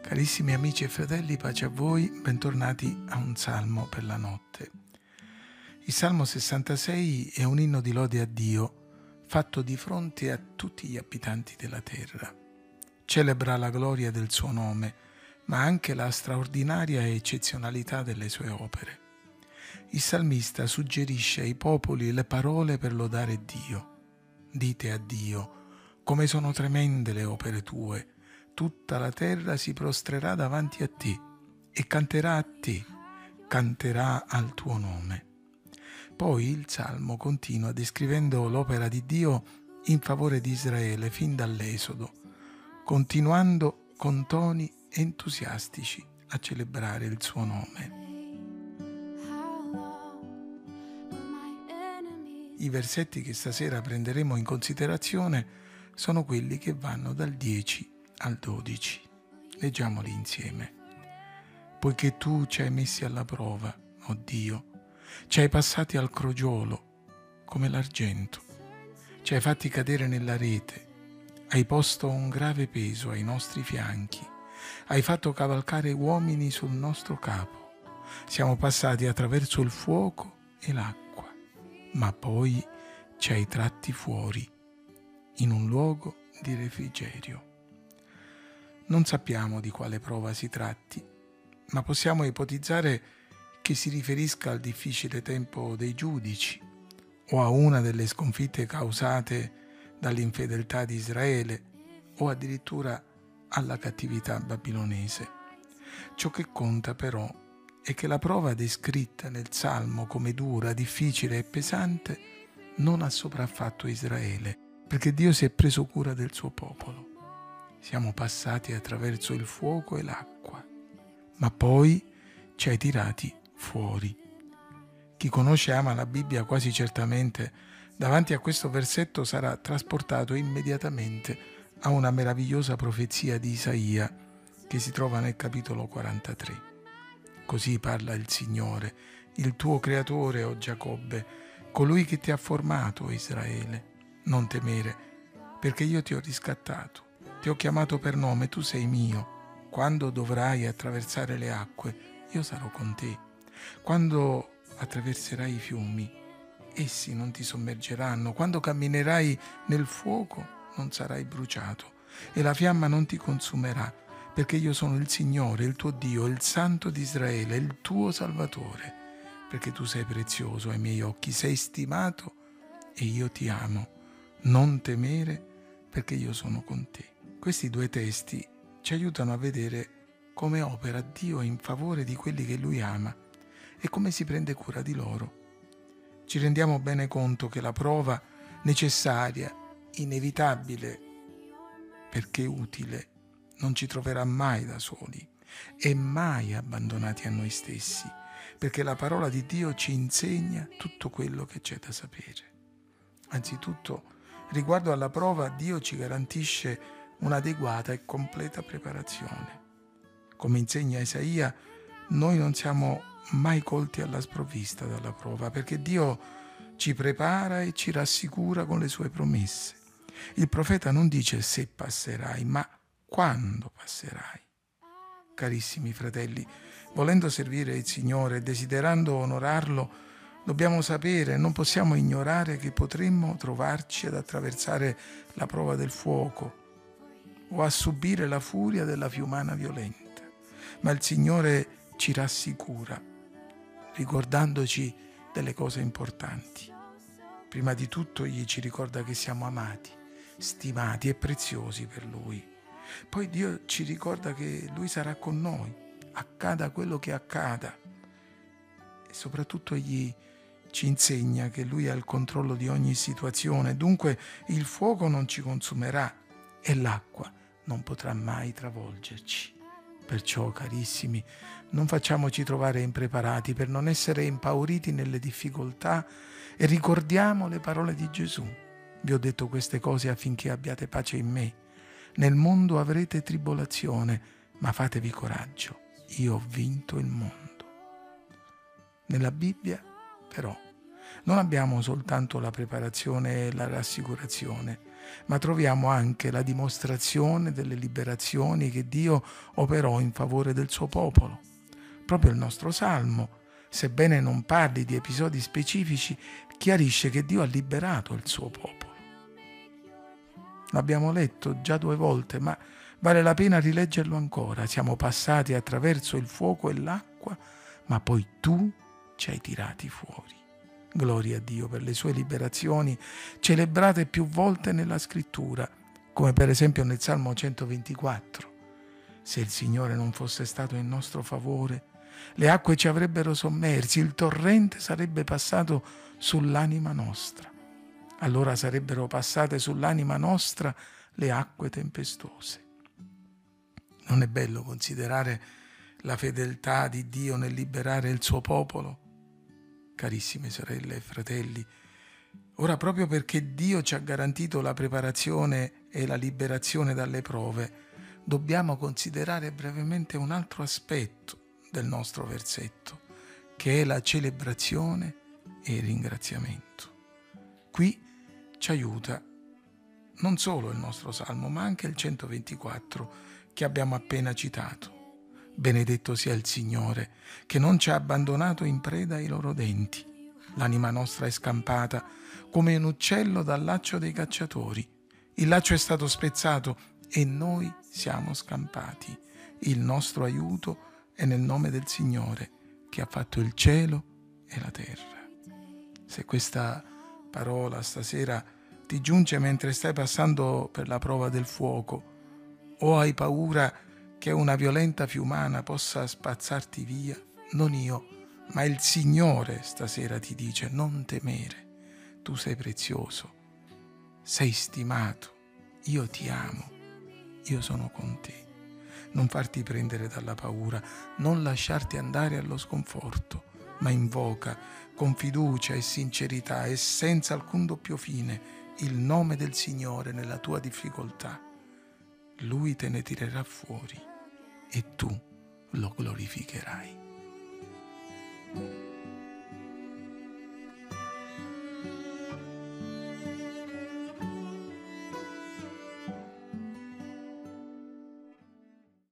Carissimi amici e fratelli, pace a voi, bentornati a un salmo per la notte. Il Salmo 66 è un inno di lode a Dio, fatto di fronte a tutti gli abitanti della terra. Celebra la gloria del suo nome, ma anche la straordinaria eccezionalità delle sue opere. Il salmista suggerisce ai popoli le parole per lodare Dio. Dite a Dio, come sono tremende le opere tue. Tutta la terra si prostrerà davanti a te e canterà a te, canterà al tuo nome. Poi il Salmo continua descrivendo l'opera di Dio in favore di Israele fin dall'Esodo, continuando con toni entusiastici a celebrare il suo nome. I versetti che stasera prenderemo in considerazione sono quelli che vanno dal 10 al 12. Leggiamoli insieme. Poiché tu ci hai messi alla prova, o Dio, ci hai passati al crogiolo come l'argento, ci hai fatti cadere nella rete, hai posto un grave peso ai nostri fianchi, hai fatto cavalcare uomini sul nostro capo, siamo passati attraverso il fuoco e l'acqua, ma poi ci hai tratti fuori in un luogo di refrigerio. Non sappiamo di quale prova si tratti, ma possiamo ipotizzare che si riferisca al difficile tempo dei giudici o a una delle sconfitte causate dall'infedeltà di Israele o addirittura alla cattività babilonese. Ciò che conta però è che la prova descritta nel Salmo come dura, difficile e pesante non ha sopraffatto Israele, perché Dio si è preso cura del suo popolo. Siamo passati attraverso il fuoco e l'acqua, ma poi ci hai tirati fuori. Chi conosce e ama la Bibbia quasi certamente davanti a questo versetto sarà trasportato immediatamente a una meravigliosa profezia di Isaia che si trova nel capitolo 43. Così parla il Signore, il tuo creatore, o Giacobbe, colui che ti ha formato, o Israele. Non temere, perché io ti ho riscattato. Ti ho chiamato per nome, tu sei mio. Quando dovrai attraversare le acque, io sarò con te. Quando attraverserai i fiumi, essi non ti sommergeranno. Quando camminerai nel fuoco, non sarai bruciato e la fiamma non ti consumerà, perché io sono il Signore, il tuo Dio, il Santo di Israele, il tuo Salvatore. Perché tu sei prezioso ai miei occhi, sei stimato e io ti amo. Non temere, perché io sono con te. Questi due testi ci aiutano a vedere come opera Dio in favore di quelli che Lui ama e come si prende cura di loro. Ci rendiamo bene conto che la prova necessaria, inevitabile, perché utile, non ci troverà mai da soli e mai abbandonati a noi stessi, perché la parola di Dio ci insegna tutto quello che c'è da sapere. Anzitutto, riguardo alla prova, Dio ci garantisce un'adeguata e completa preparazione. Come insegna Isaia, noi non siamo mai colti alla sprovvista dalla prova, perché Dio ci prepara e ci rassicura con le sue promesse. Il profeta non dice se passerai, ma quando passerai. Carissimi fratelli, volendo servire il Signore e desiderando onorarlo, dobbiamo sapere, non possiamo ignorare che potremmo trovarci ad attraversare la prova del fuoco o a subire la furia della fiumana violenta. Ma il Signore ci rassicura, ricordandoci delle cose importanti. Prima di tutto Egli ci ricorda che siamo amati, stimati e preziosi per Lui. Poi Dio ci ricorda che Lui sarà con noi, accada quello che accada. E soprattutto Egli ci insegna che Lui ha il controllo di ogni situazione, dunque il fuoco non ci consumerà e l'acqua non potrà mai travolgerci. Perciò, carissimi, non facciamoci trovare impreparati per non essere impauriti nelle difficoltà e ricordiamo le parole di Gesù. Vi ho detto queste cose affinché abbiate pace in me. Nel mondo avrete tribolazione, ma fatevi coraggio. Io ho vinto il mondo. Nella Bibbia, però, Non abbiamo soltanto la preparazione e la rassicurazione, ma troviamo anche la dimostrazione delle liberazioni che Dio operò in favore del suo popolo. Proprio il nostro Salmo, sebbene non parli di episodi specifici, chiarisce che Dio ha liberato il suo popolo. L'abbiamo letto già 2 volte, ma vale la pena rileggerlo ancora. Siamo passati attraverso il fuoco e l'acqua, ma poi tu ci hai tirati fuori. Gloria a Dio per le sue liberazioni, celebrate più volte nella Scrittura, come per esempio nel Salmo 124. Se il Signore non fosse stato in nostro favore, le acque ci avrebbero sommersi, il torrente sarebbe passato sull'anima nostra. Allora sarebbero passate sull'anima nostra le acque tempestose. Non è bello considerare la fedeltà di Dio nel liberare il suo popolo? Carissime sorelle e fratelli, ora proprio perché Dio ci ha garantito la preparazione e la liberazione dalle prove, dobbiamo considerare brevemente un altro aspetto del nostro versetto, che è la celebrazione e il ringraziamento. Qui ci aiuta non solo il nostro Salmo, ma anche il 124 che abbiamo appena citato. Benedetto sia il Signore, che non ci ha abbandonato in preda ai loro denti. L'anima nostra è scampata come un uccello dal laccio dei cacciatori. Il laccio è stato spezzato e noi siamo scampati. Il nostro aiuto è nel nome del Signore, che ha fatto il cielo e la terra. Se questa parola stasera ti giunge mentre stai passando per la prova del fuoco, o hai paura che una violenta fiumana possa spazzarti via, non io, ma il Signore stasera ti dice: non temere, tu sei prezioso, sei stimato, io ti amo, io sono con te. Non farti prendere dalla paura, non lasciarti andare allo sconforto, ma invoca con fiducia e sincerità e senza alcun doppio fine il nome del Signore nella tua difficoltà. Lui te ne tirerà fuori e tu lo glorificherai.